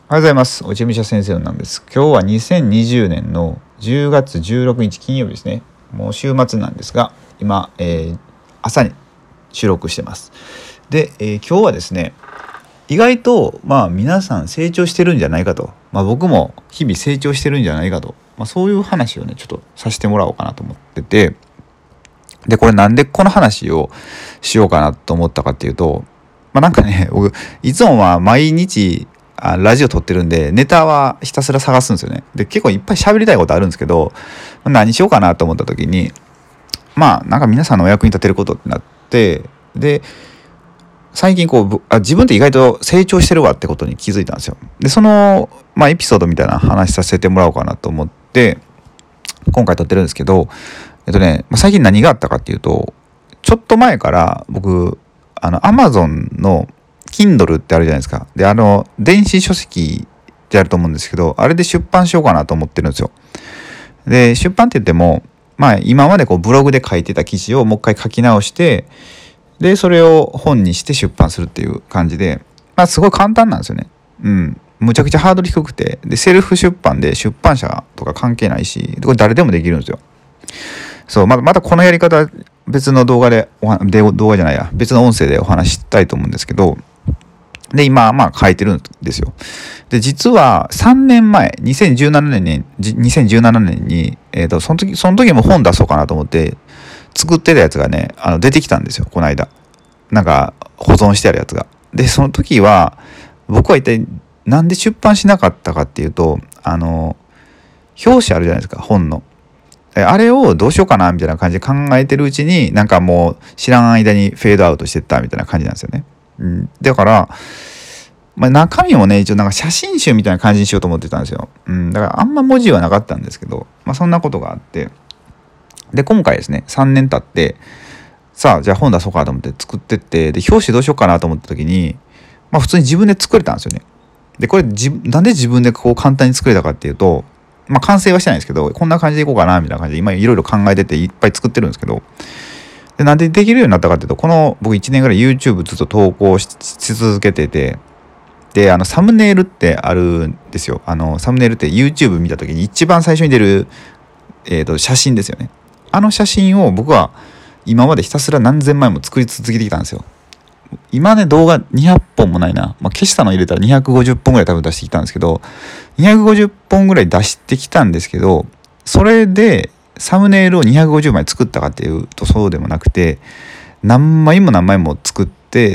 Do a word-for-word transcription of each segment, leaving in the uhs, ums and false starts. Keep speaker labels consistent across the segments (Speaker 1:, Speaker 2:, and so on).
Speaker 1: おはようございます。おちむしゃ先生なんです。今日はにせんにじゅうねんのじゅうがつじゅうろくにち金曜日ですね。もう週末なんですが、今、えー、朝に収録してます。で、えー、今日はですね、意外とまあ皆さん成長してるんじゃないかと、まあ、僕も日々成長してるんじゃないかと、まあ、そういう話をねちょっとさせてもらおうかなと思ってて、でこれなんでこの話をしようかなと思ったかっていうと、まあ、なんかね僕いつもは毎日あラジオ撮ってるんでネタはひたすら探すんですよね。で結構いっぱい喋りたいことあるんですけど、何しようかなと思った時に、まあなんか皆さんのお役に立てることってなって、で最近こうあ自分って意外と成長してるわってことに気づいたんですよ。でその、まあ、エピソードみたいな話させてもらおうかなと思って今回撮ってるんですけど、えっとね最近何があったかっていうと、ちょっと前から僕あの Amazon の Kindle ってあるじゃないですか。であの電子書籍ってあると思うんですけど、あれで出版しようかなと思ってるんですよ。で出版って言ってもまあ今までこうブログで書いてた記事をもう一回書き直して、でそれを本にして出版するっていう感じで、まあすごい簡単なんですよね。うんむちゃくちゃハードル低くて、でセルフ出版で出版社とか関係ないし、これ誰でもできるんですよ。そうまたまたこのやり方別の動画でおはで動画じゃないや別の音声でお話ししたいと思うんですけど、で今まあ書いてるんですよ。で実はさんねんまえにせんじゅうななねんににせんじゅうななねんに、えー、とその時その時も本出そうかなと思って作ってたやつがねあの出てきたんですよ、この間。なんか保存してあるやつが。でその時は僕は一体なんで出版しなかったかっていうと、あの表紙あるじゃないですか、本の。あれをどうしようかなみたいな感じで考えてるうちになんかもう知らん間にフェードアウトしてったみたいな感じなんですよね。うん、だから、まあ、中身もね一応なんか写真集みたいな感じにしようと思ってたんですよ。うん、だからあんま文字はなかったんですけど、まあ、そんなことがあって、で今回ですねさんねん経ってさあじゃあ本出そうかと思って作ってって、で表紙どうしようかなと思った時に、まあ普通に自分で作れたんですよね。でこれじなんで自分でこう簡単に作れたかっていうと、まあ完成はしてないんですけど、こんな感じでいこうかなみたいな感じで今いろいろ考えてていっぱい作ってるんですけど、でなんでできるようになったかっていうと、この僕いちねんぐらい YouTube ずっと投稿 し, し続けてて、であのサムネイルってあるんですよ。あのサムネイルって YouTube 見た時に一番最初に出る、えー、と写真ですよね。あの写真を僕は今までひたすら何千枚も作り続けてきたんですよ。今ね動画にひゃっぽんもないな、まあ、消したの入れたらにひゃくごじゅっぽんぐらい多分出してきたんですけど、にひゃくごじゅっぽんぐらい出してきたんですけど、それでサムネイルをにひゃくごじゅうまい作ったかっていうとそうでもなくて、何枚も何枚も作って、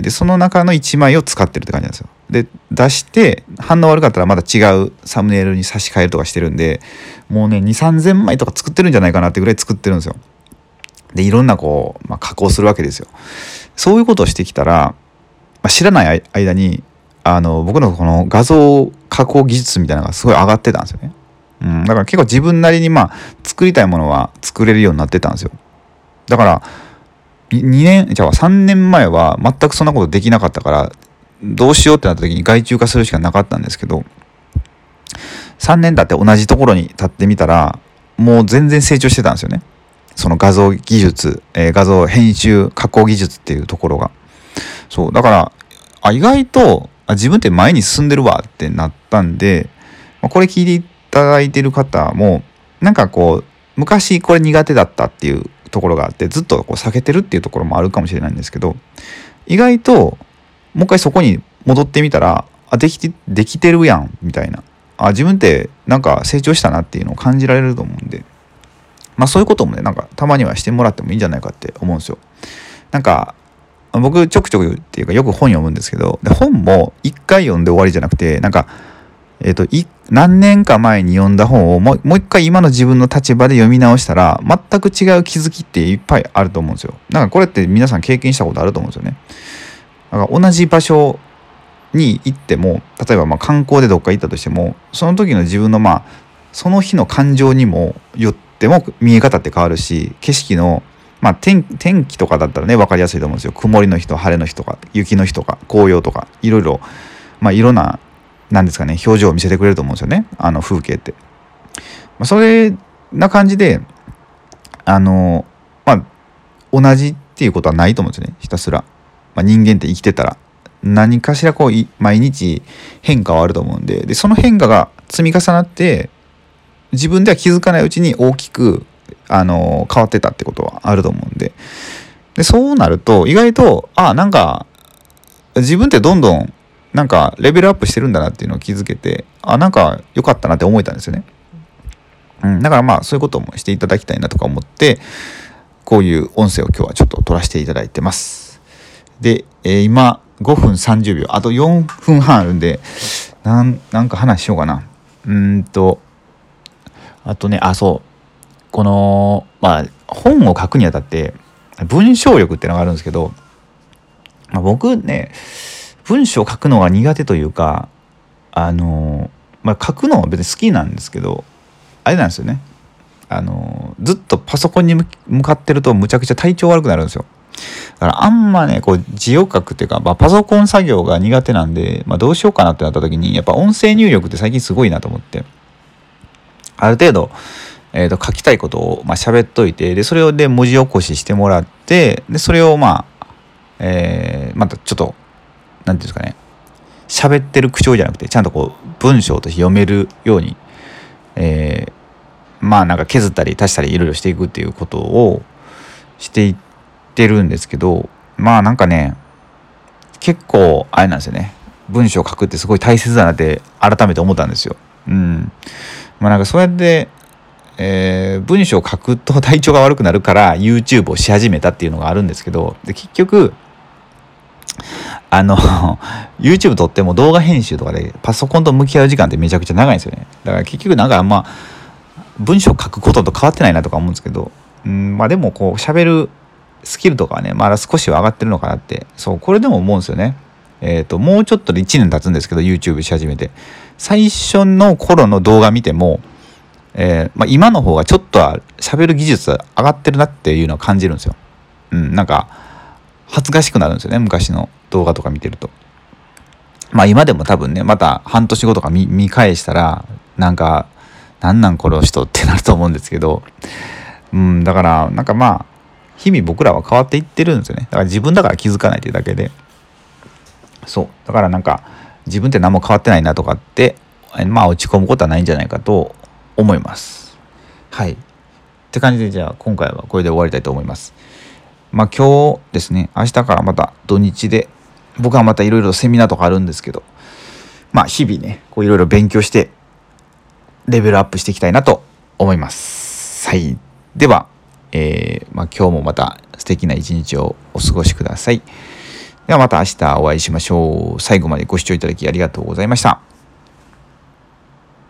Speaker 1: でその中のいちまいを使ってるって感じなんですよ。で出して反応悪かったらまた違うサムネイルに差し替えるとかしてるんで、もうねにさんぜんまいとか作ってるんじゃないかなってぐらい作ってるんですよ。でいろんなこう、まあ、加工するわけですよ。そういうことをしてきたら、まあ、知らない間にあの僕のこの画像加工技術みたいなのがすごい上がってたんですよね。うん、だから結構自分なりにまあ作りたいものは作れるようになってたんですよ。だからにねんじゃあさんねんまえは全くそんなことできなかったから、どうしようってなった時に外注化するしかなかったんですけど、さんねん経って同じところに立ってみたらもう全然成長してたんですよね。その画像技術、えー、画像編集加工技術っていうところが。そうだからあ意外とあ自分って前に進んでるわってなったんで、まあ、これ聞いていただいてる方もなんかこう昔これ苦手だったっていうところがあってずっとこう避けてるっていうところもあるかもしれないんですけど、意外ともう一回そこに戻ってみたらあできてできてるやんみたいな、あ自分ってなんか成長したなっていうのを感じられると思うんで、まあそういうこともねなんかたまにはしてもらってもいいんじゃないかって思うんですよ。なんか僕ちょくちょくっていうかよく本読むんですけど、で本も一回読んで終わりじゃなくて、なんかえっとい何年か前に読んだ本をもうもう一回今の自分の立場で読み直したら全く違う気づきっていっぱいあると思うんですよ。なんかこれって皆さん経験したことあると思うんですよね。なんか同じ場所に行っても、例えばまあ観光でどっか行ったとしても、その時の自分のまあその日の感情にもよっても見え方って変わるし、景色のまあ 天, 天気とかだったらね分かりやすいと思うんですよ。曇りの日と晴れの日とか雪の日とか紅葉とかいろいろまあいろんななんですかね表情を見せてくれると思うんですよね、あの風景って。まあ、それな感じであのまあ同じっていうことはないと思うんですよね、ひたすら。まあ、人間って生きてたら何かしらこう毎日変化はあると思うんで、でその変化が積み重なって自分では気づかないうちに大きくあの変わってたってことはあると思うんで、でそうなると意外とあなんか自分ってどんどんなんかレベルアップしてるんだなっていうのを気づけて、あなんか良かったなって思えたんですよね。うん、だからまあそういうこともしていただきたいなとか思って、こういう音声を今日はちょっと撮らせていただいてます。で、えー、今ごふんさんじゅうびょう、あとよんぷんはんあるんで、なん、なんか話しようかな。うーんと、あとね、あ、そう。この、まあ、本を書くにあたって、文章力っていうのがあるんですけど、まあ、僕ね、文章を書くのが苦手というか、あの、まあ、書くのは別に好きなんですけど、あれなんですよね。あの、ずっとパソコンに向かってるとむちゃくちゃ体調悪くなるんですよ。だからあんまねこう字を書くっていうか、まあ、パソコン作業が苦手なんで、まあ、どうしようかなってなった時にやっぱ音声入力って最近すごいなと思って、ある程度、えー、と書きたいことをまあ喋っといて、でそれをで文字起こししてもらって、でそれをまあ、えー、またちょっとなんていうんですかね、喋ってる口調じゃなくてちゃんとこう文章として読めるように、えー、まあなんか削ったり足したりいろいろしていくっていうことをしていっててるんですけど、まあなんかね結構あれなんですよね、文章を書くってすごい大切だなって改めて思ったんですよ。うんまあなんかそうやって、えー、文章を書くと体調が悪くなるから YouTube をし始めたっていうのがあるんですけど、で結局あのYouTube 撮っても動画編集とかでパソコンと向き合う時間ってめちゃくちゃ長いんですよね。だから結局なんかあんま文章を書くことと変わってないなとか思うんですけど、うんまあでもこう喋るスキルとかはねまだ少しは上がってるのかなって、そうこれでも思うんですよね。えっともうちょっとでいちねん経つんですけど YouTube し始めて、最初の頃の動画見ても、えーまあ、今の方がちょっとは喋る技術上がってるなっていうのを感じるんですよ。うんなんか恥ずかしくなるんですよね、昔の動画とか見てると。まあ今でも多分ねまた半年後とか 見, 見返したらなんかなんなんこの人ってなると思うんですけど、うんだからなんかまあ日々僕らは変わっていってるんですよね。だから自分だから気づかないっていうだけで、そうだからなんか自分って何も変わってないなとかってまあ落ち込むことはないんじゃないかと思います。はいって感じで、じゃあ今回はこれで終わりたいと思います。まあ今日ですね、明日からまた土日で僕はまたいろいろセミナーとかあるんですけど、まあ日々ねこういろいろ勉強してレベルアップしていきたいなと思います。はい、では、えーまあ、今日もまた素敵な一日をお過ごしください。ではまた明日お会いしましょう。最後までご視聴いただきありがとうございました。